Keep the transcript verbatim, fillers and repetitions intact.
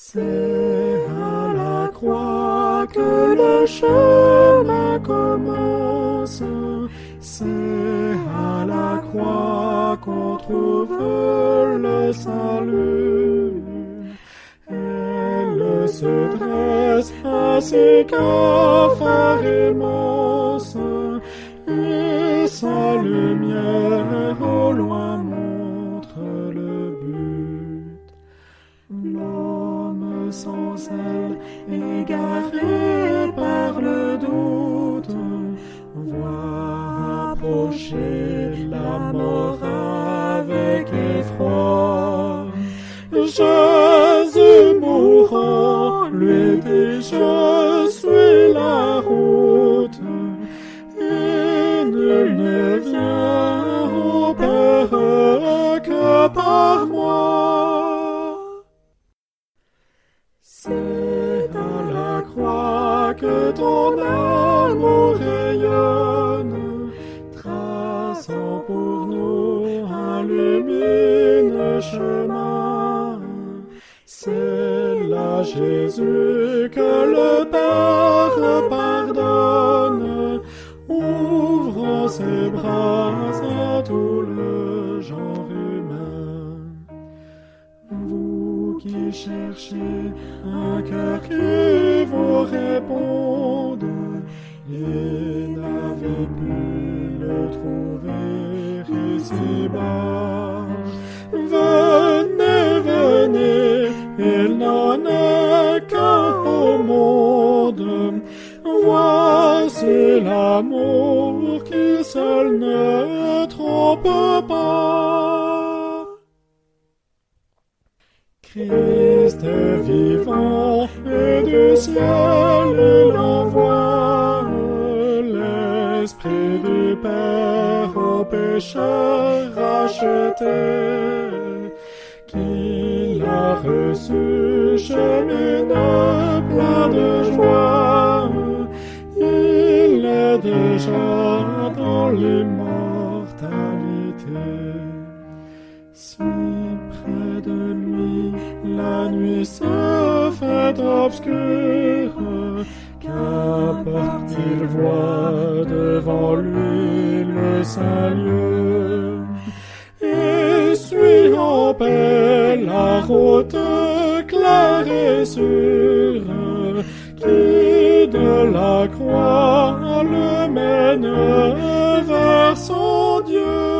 C'est à la croix que le chemin commence, c'est à la croix qu'on trouve le salut. Elle se dresse à ses cafards immenses, et sa lumière au loin montre le but. L'homme sans elle, égaré par le doute, voit approcher la mort avec effroi. Jésus mourant lui dit: je suis la route, et nul ne vient au Père que par moi. C'est à la croix que ton amour rayonne, traçant pour nous un lumineux chemin. C'est là Jésus que le Père pardonne, ouvrant ses bras à tout le genre humain. Vous qui cherchez un cœur qui vous réponde et n'avez pu le trouver ici-bas, venez, venez, il n'en est qu'un au monde. Voici l'amour qui seul ne trompe pas. Christ est vivant et du ciel il envoie l'Esprit du Père aux pécheurs rachetés, qu'il a reçu, chemine plein de joie. Il est déjà dans l'immortalité. Si près de lui la nuit se fait obscure, qu'importe il voit devant lui le saint lieu, et suit en paix la route claire et sûre qui de la croix le mène vers son Dieu.